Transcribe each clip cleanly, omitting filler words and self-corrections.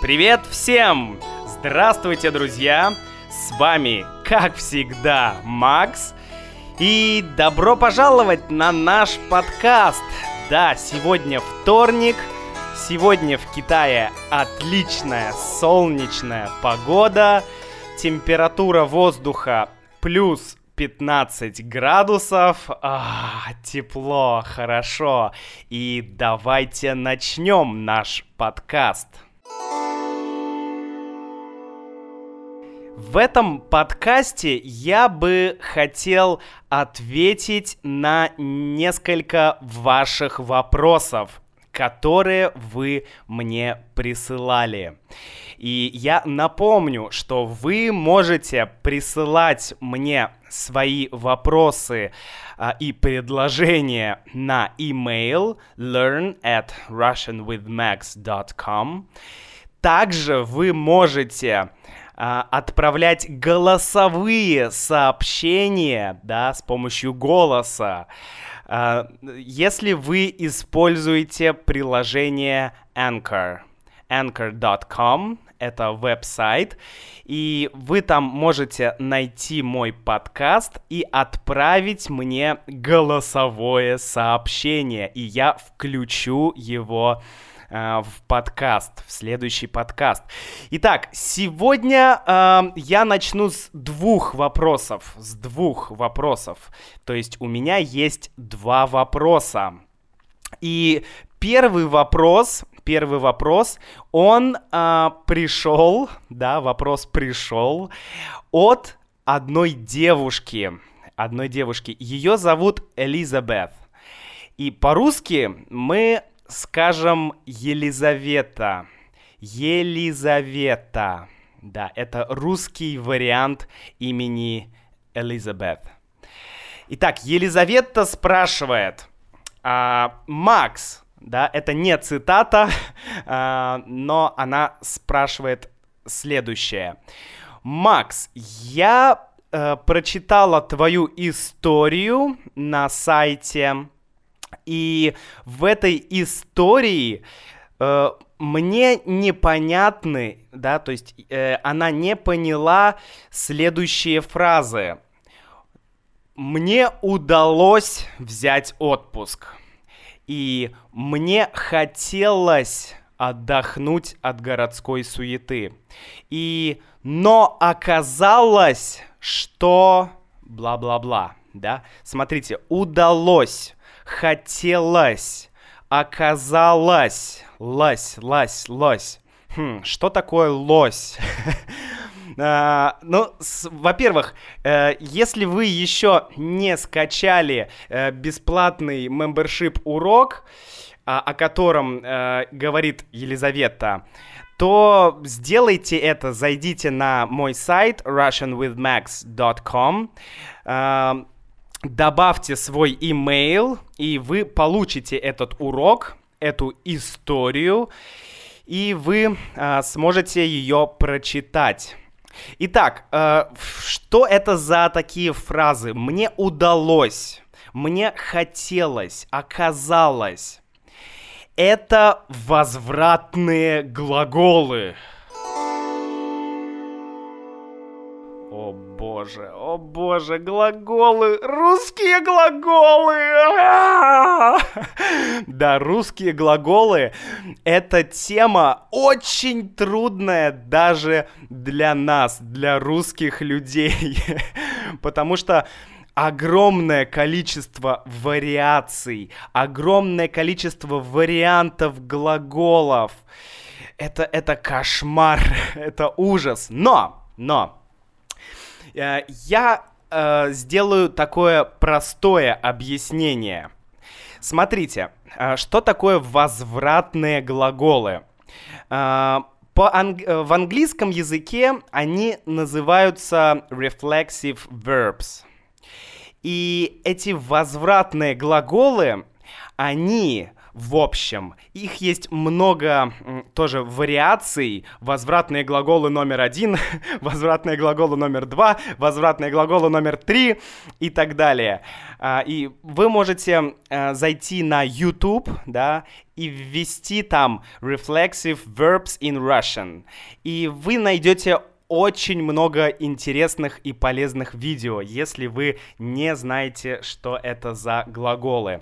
Привет всем! Здравствуйте, друзья! С вами, как всегда, Макс. И добро пожаловать на наш подкаст. Да, сегодня вторник. Сегодня в Китае отличная солнечная погода. Температура воздуха плюс 15 градусов. Тепло, хорошо. И давайте начнем наш подкаст. В этом подкасте я бы хотел ответить на несколько ваших вопросов, которые вы мне присылали. И я напомню, что вы можете присылать мне свои вопросы и предложения на email learn@russianwithmax.com. Также вы можете отправлять голосовые сообщения, да, с помощью голоса, если вы используете приложение Anchor. Anchor.com — это веб-сайт, и вы там можете найти мой подкаст и отправить мне голосовое сообщение, и я включу его в подкаст, в следующий подкаст. Итак, сегодня я начну с двух вопросов. То есть у меня есть два вопроса. И первый вопрос, он пришел от одной девушки. Ее зовут Элизабет. И по-русски мы скажем Елизавета. Да, это русский вариант имени Элизабет. Итак, Елизавета спрашивает: Макс, да, это не цитата, но она спрашивает следующее. Макс, я прочитала твою историю на сайте, и в этой истории мне непонятны, да, то есть она не поняла следующие фразы. Мне удалось взять отпуск, и мне хотелось отдохнуть от городской суеты. Но оказалось, что бла-бла-бла, да. Смотрите, удалось, хотелось, оказалось, лось. Что такое лось? Во-первых, если вы еще не скачали бесплатный membership урок, о котором говорит Елизавета, то сделайте это, зайдите на мой сайт russianwithmax.com, добавьте свой email, и вы получите этот урок, эту историю, и вы сможете ее прочитать. Итак, что это за такие фразы? Мне удалось, мне хотелось, оказалось. Это возвратные глаголы. О боже, глаголы, русские глаголы! Да, русские глаголы — это тема очень трудная даже для нас, для русских людей, потому что огромное количество вариаций, огромное количество вариантов глаголов. Это кошмар, это ужас. Но я сделаю такое простое объяснение. Смотрите, что такое возвратные глаголы? В английском языке они называются reflexive verbs. И эти возвратные глаголы, они В общем, их есть много тоже вариаций. Возвратные глаголы номер 1, возвратные глаголы номер 2, возвратные глаголы номер 3 и так далее. И вы можете зайти на YouTube, да, и ввести там reflexive verbs in Russian. И вы найдете очень много интересных и полезных видео, если вы не знаете, что это за глаголы.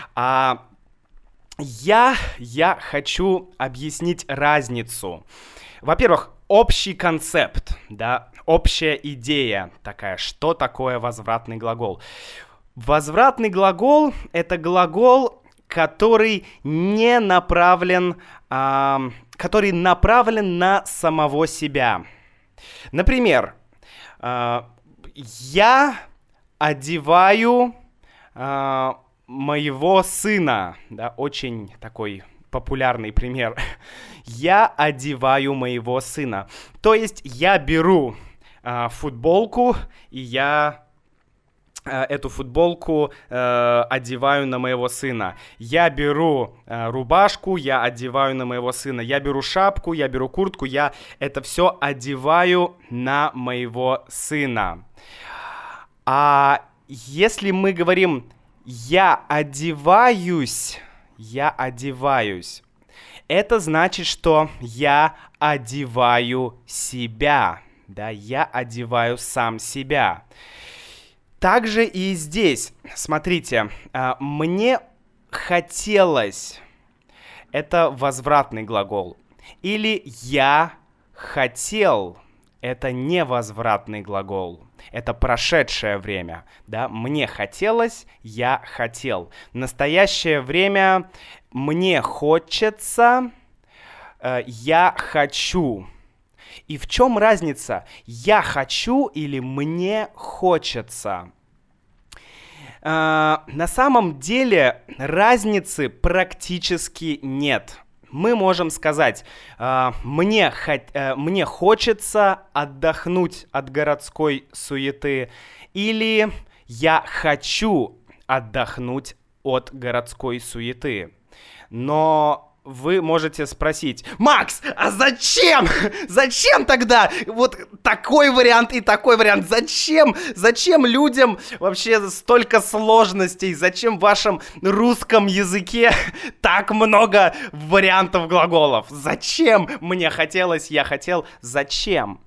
Я хочу объяснить разницу. Во-первых, общий концепт, да, общая идея такая, что такое возвратный глагол. Возвратный глагол — это глагол, который не направлен, который направлен на самого себя. Например, я одеваю моего сына, да, очень такой популярный пример. Я одеваю моего сына. То есть я беру футболку, и я эту футболку одеваю на моего сына. Я беру рубашку, я одеваю на моего сына. Я беру шапку, я беру куртку, я это все одеваю на моего сына. А если мы говорим я одеваюсь, это значит, что я одеваю себя, да, я одеваю сам себя. Также и здесь, смотрите, мне хотелось, это возвратный глагол, или я хотел, это невозвратный глагол. Это прошедшее время, да, мне хотелось, я хотел. Настоящее время мне хочется, я хочу. И в чем разница? Я хочу или мне хочется? На самом деле разницы практически нет. Мы можем сказать, мне хочется отдохнуть от городской суеты, или я хочу отдохнуть от городской суеты. Но вы можете спросить: Макс, а зачем? Зачем тогда вот такой вариант и такой вариант? Зачем? Зачем людям вообще столько сложностей? Зачем в вашем русском языке так много вариантов глаголов? Зачем? Мне хотелось, я хотел. Зачем?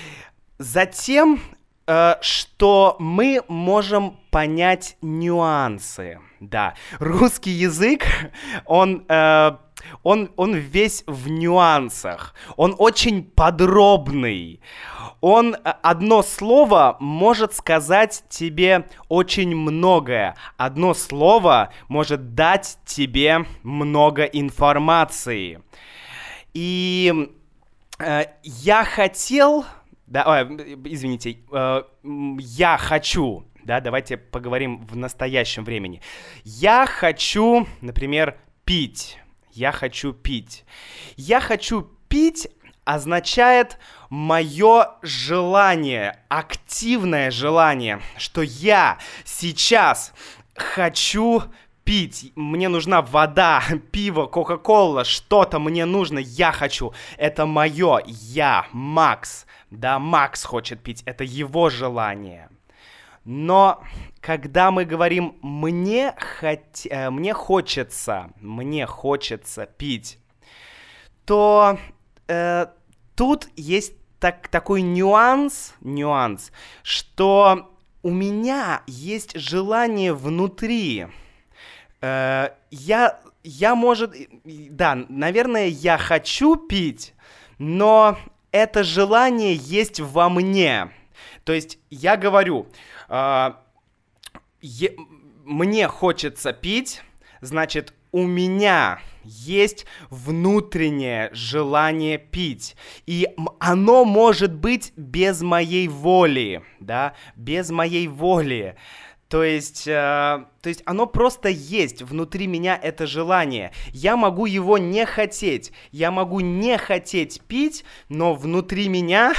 Затем, что мы можем понять нюансы. Да, русский язык, он весь в нюансах, он очень подробный. Одно слово может сказать тебе очень многое. Одно слово может дать тебе много информации. И я хотел... Да, извините, я хочу... Да, давайте поговорим в настоящем времени. Я хочу, например, пить. Я хочу пить. Я хочу пить означает мое желание, активное желание, что я сейчас хочу пить. Мне нужна вода, пиво, кока-кола, что-то мне нужно, я хочу. Это мое, я, Макс. Да, Макс хочет пить, это его желание. Но когда мы говорим мне хочется пить, то тут есть такой нюанс, что у меня есть желание внутри. Наверное, я хочу пить, но это желание есть во мне. То есть я говорю, мне хочется пить, значит, у меня есть внутреннее желание пить. И оно может быть без моей воли, да, без моей воли. То есть оно просто есть внутри меня, это желание. Я могу его не хотеть. Я могу не хотеть пить, но внутри меня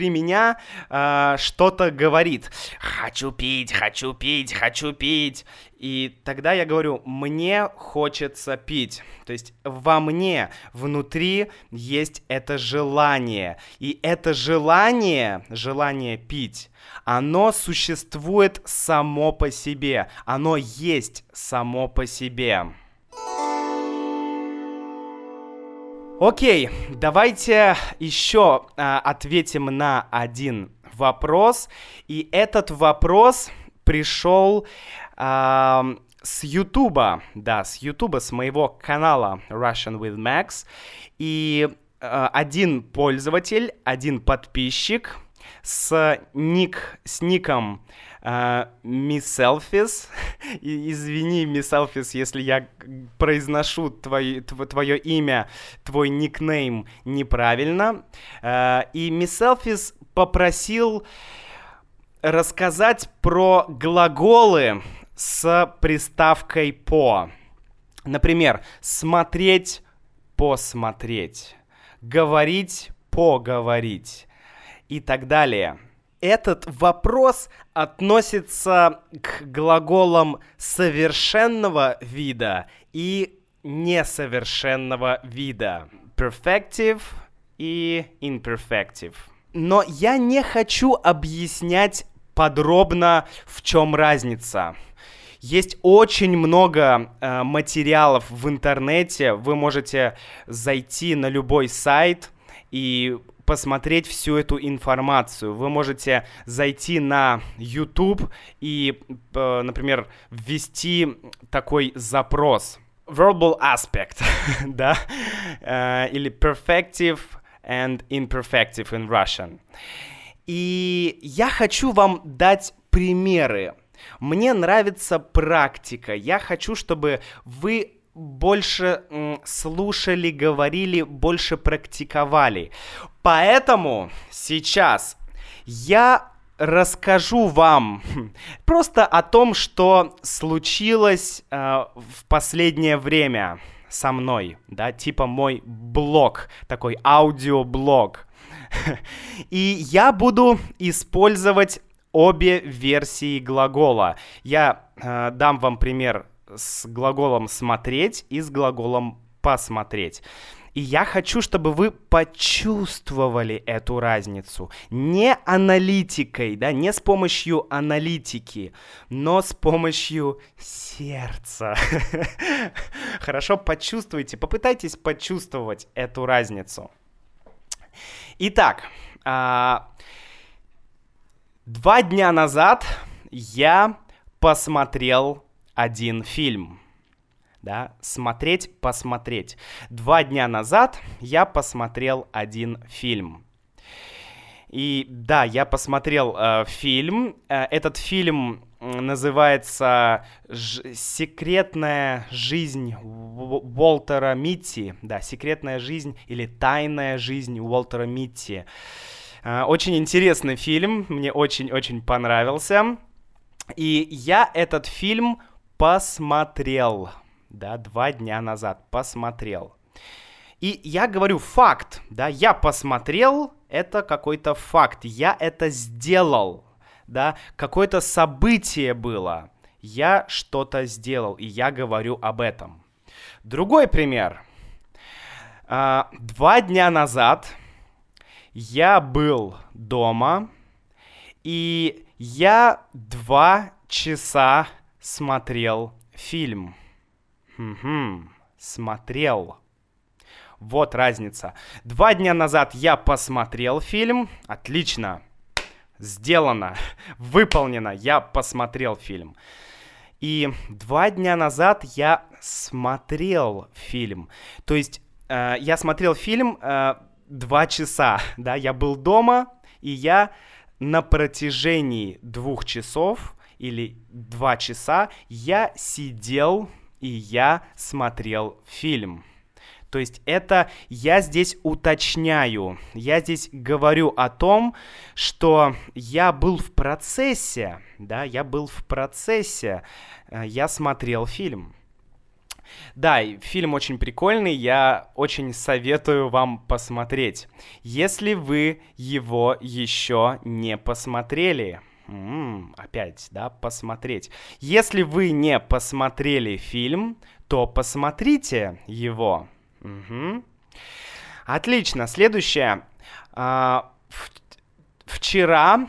что-то говорит. Хочу пить, хочу пить, хочу пить. И тогда я говорю, мне хочется пить. То есть во мне, внутри есть это желание. И это желание пить, оно существует само по себе. Оно есть само по себе. Окей, давайте еще ответим на один вопрос. И этот вопрос пришел с Ютуба, да, с Ютуба, с моего канала Russian with Max. И один пользователь, один подписчик с ником MissSelfies. Извини, MissSelfies, если я произношу твое имя, твой никнейм неправильно. И MissSelfies попросил рассказать про глаголы с приставкой «по». Например, смотреть – посмотреть, говорить – поговорить и так далее. Этот вопрос относится к глаголам совершенного вида и несовершенного вида. Perfective и imperfective. Но я не хочу объяснять подробно, в чем разница. Есть очень много материалов в интернете. Вы можете зайти на любой сайт и посмотреть всю эту информацию. Вы можете зайти на YouTube и, например, ввести такой запрос. Verbal aspect, да? Или perfective and imperfective in Russian. И я хочу вам дать примеры. Мне нравится практика. Я хочу, чтобы вы больше слушали, говорили, больше практиковали. Поэтому сейчас я расскажу вам просто о том, что случилось в последнее время со мной, да, типа мой блог, такой аудиоблог. И я буду использовать обе версии глагола. Я дам вам пример с глаголом «смотреть» и с глаголом «посмотреть». И я хочу, чтобы вы почувствовали эту разницу. Не аналитикой, да, не с помощью аналитики, но с помощью сердца. Хорошо, почувствуйте, попытайтесь почувствовать эту разницу. Итак, 2 дня назад я посмотрел один фильм. Да, смотреть, посмотреть. 2 дня назад я посмотрел один фильм. И да, я посмотрел фильм. Этот фильм называется «Секретная жизнь Уолтера Митти». Да, «Секретная жизнь» или «Тайная жизнь Уолтера Митти». Очень интересный фильм, мне очень-очень понравился. И я этот фильм посмотрел. Да, 2 дня назад посмотрел. И я говорю факт, да, я посмотрел, это какой-то факт, я это сделал, да, какое-то событие было, я что-то сделал, и я говорю об этом. Другой пример. 2 дня назад я был дома, и я 2 часа смотрел фильм. Смотрел. Вот разница. 2 дня назад я посмотрел фильм. Отлично. Сделано. Выполнено. Я посмотрел фильм. И 2 дня назад я смотрел фильм. То есть я смотрел фильм 2 часа. Да, я был дома, и я на протяжении 2 часов или 2 часа я сидел и я смотрел фильм. То есть это я здесь уточняю, я здесь говорю о том, что я был в процессе, да, я был в процессе, я смотрел фильм. Да, фильм очень прикольный, я очень советую вам посмотреть, если вы его еще не посмотрели. Опять, да, посмотреть. Если вы не посмотрели фильм, то посмотрите его. Мгм. Отлично. Следующее. Вчера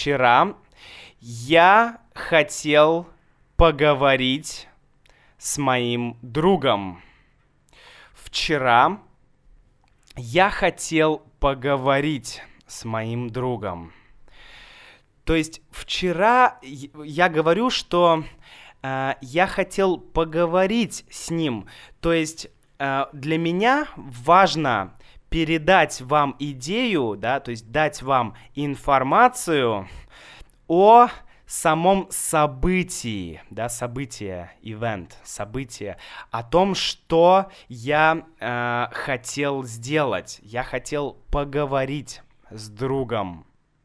я хотел поговорить с моим другом. Вчера я хотел поговорить с моим другом. То есть вчера я говорю, что я хотел поговорить с ним. То есть для меня важно передать вам идею, да, то есть дать вам информацию о самом событии, да, событие, event, событие, о том, что я хотел сделать. Я хотел поговорить с другом.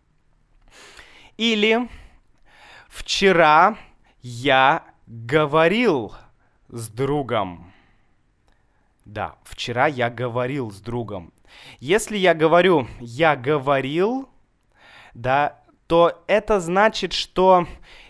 Или вчера я говорил с другом. Да, вчера я говорил с другом. Если я говорю «я говорил», да, то это значит, что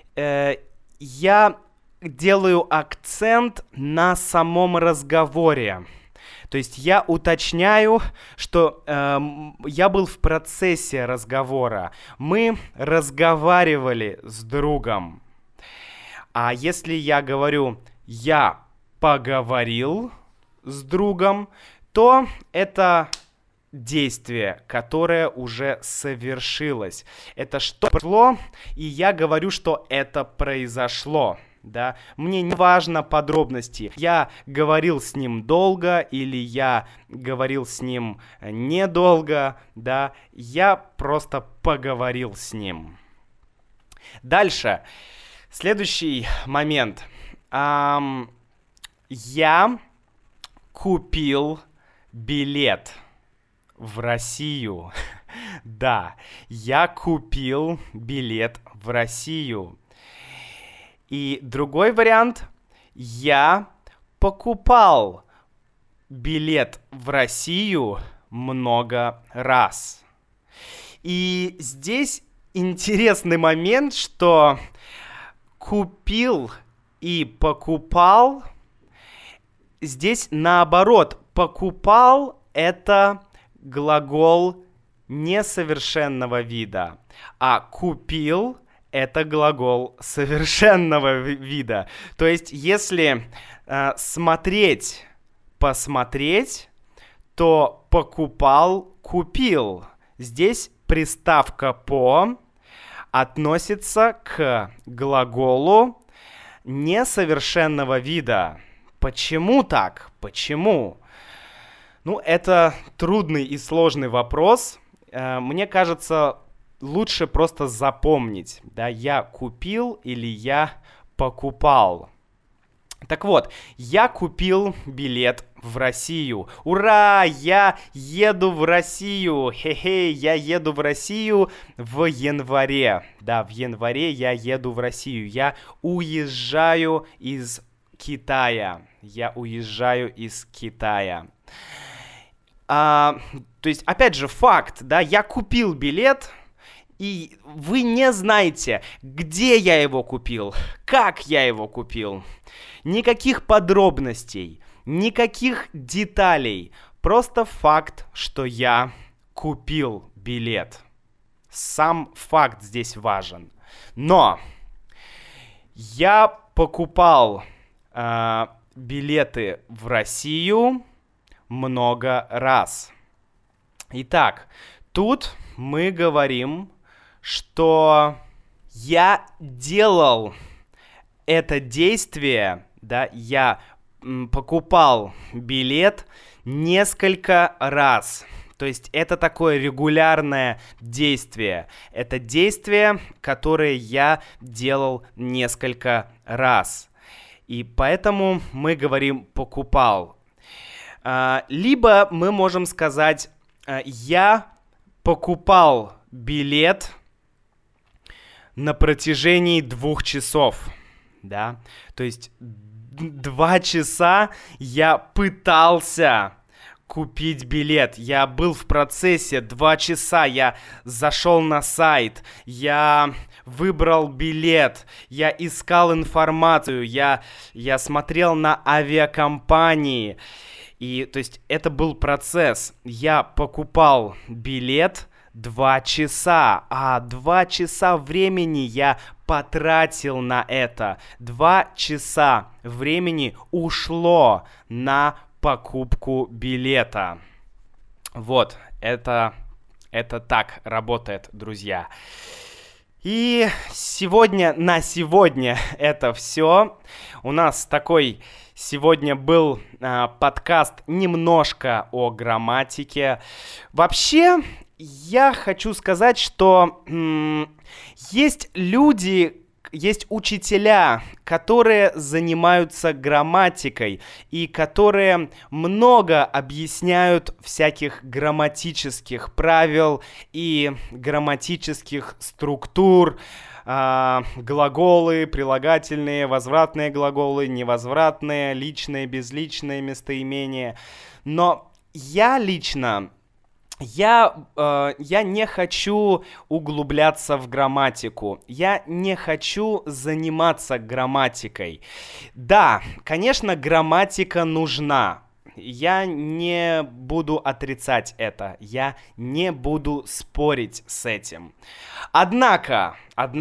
я делаю акцент на самом разговоре. То есть я уточняю, что я был в процессе разговора. Мы разговаривали с другом. А если я говорю «я поговорил с другом», то это действие, которое уже совершилось. Это что произошло, и я говорю, что это произошло. Да? Мне не важно подробности. Я говорил с ним долго или я говорил с ним недолго. Да? Я просто поговорил с ним. Дальше. Следующий момент. Я купил билет в Россию. Да, я купил билет в Россию. И другой вариант. Я покупал билет в Россию много раз. И здесь интересный момент, что купил и покупал, здесь наоборот. Покупал — это глагол несовершенного вида, а купил — это глагол совершенного вида. То есть, если смотреть, посмотреть, то покупал, купил. Здесь приставка «по» относится к глаголу несовершенного вида. Почему так? Почему? Ну, это трудный и сложный вопрос. Мне кажется, лучше просто запомнить, да, я купил или я покупал. Так вот, я купил билет в Россию. Ура! Я еду в Россию! Хе-хе, я еду в Россию в январе. Да, в январе я еду в Россию. Я уезжаю из Китая. Я уезжаю из Китая. То есть, опять же, факт, да, я купил билет, и вы не знаете, где я его купил, как я его купил. Никаких подробностей, никаких деталей. Просто факт, что я купил билет. Сам факт здесь важен. Но я покупал билеты в Россию много раз. Итак, тут мы говорим, что я делал это действие, да, я покупал билет несколько раз. То есть это такое регулярное действие. Это действие, которое я делал несколько раз. И поэтому мы говорим «покупал». Либо мы можем сказать «я покупал билет на протяжении 2 часов». Да? То есть 2 часа я пытался купить билет. Я был в процессе 2 часа. Я зашел на сайт. Я выбрал билет, я искал информацию, я смотрел на авиакомпании. И, то есть, это был процесс. Я покупал билет 2 часа, а 2 часа времени я потратил на это. 2 часа времени ушло на покупку билета. Вот, это так работает, друзья. И на сегодня это все. У нас такой сегодня был подкаст немножко о грамматике. Вообще, я хочу сказать, что есть люди, есть учителя, которые занимаются грамматикой и которые много объясняют всяких грамматических правил и грамматических структур, глаголы, прилагательные, возвратные глаголы, невозвратные, личные, безличные местоимения. Но я лично... Я не хочу углубляться в грамматику, я не хочу заниматься грамматикой. Да, конечно, грамматика нужна, я не буду отрицать это, я не буду спорить с этим. Однако,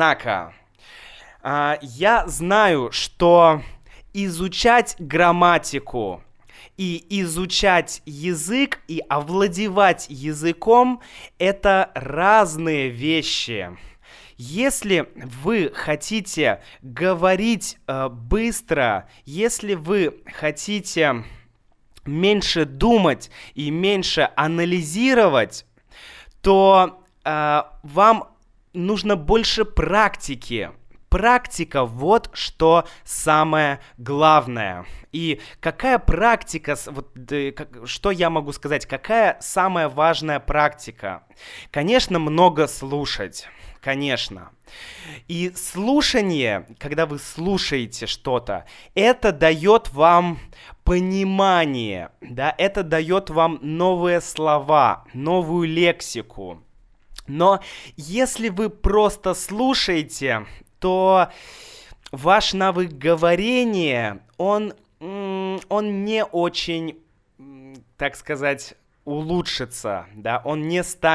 я знаю, что изучать грамматику и изучать язык, и овладевать языком — это разные вещи. Если вы хотите говорить быстро, если вы хотите меньше думать и меньше анализировать, то вам нужно больше практики. Практика — вот что самое главное. И какая практика, что я могу сказать, какая самая важная практика? Конечно, много слушать, конечно. И слушание, когда вы слушаете что-то, это дает вам понимание, да, это дает вам новые слова, новую лексику. Но если вы просто слушаете, то ваш навык говорения, он не очень, так сказать, улучшится, да, он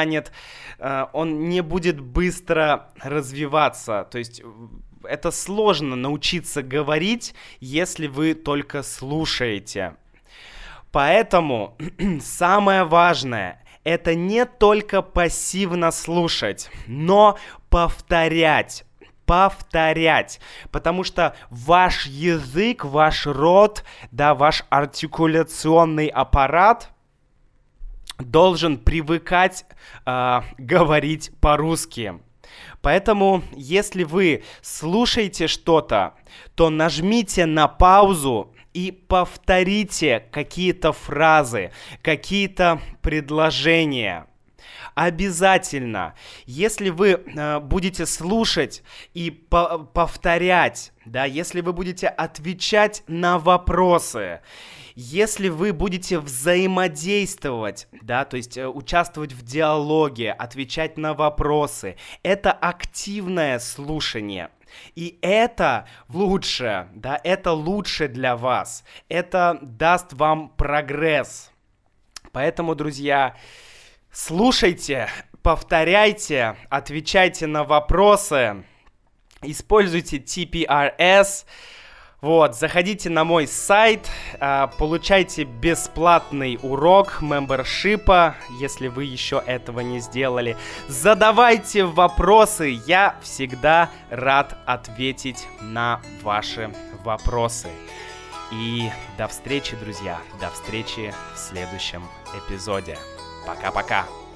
не будет быстро развиваться, то есть это сложно научиться говорить, если вы только слушаете. Поэтому самое важное — это не только пассивно слушать, но повторять, потому что ваш язык, ваш рот, да, ваш артикуляционный аппарат должен привыкать говорить по-русски. Поэтому, если вы слушаете что-то, то нажмите на паузу и повторите какие-то фразы, какие-то предложения. Обязательно, если вы будете слушать и повторять, да, если вы будете отвечать на вопросы, если вы будете взаимодействовать, да, то есть участвовать в диалоге, отвечать на вопросы, это активное слушание. И это лучше, да, это лучше для вас, это даст вам прогресс. Поэтому, друзья, слушайте, повторяйте, отвечайте на вопросы, используйте TPRS. Вот, заходите на мой сайт, получайте бесплатный урок мембершипа, если вы еще этого не сделали. Задавайте вопросы, я всегда рад ответить на ваши вопросы. И до встречи, друзья, до встречи в следующем эпизоде. Пока-пока.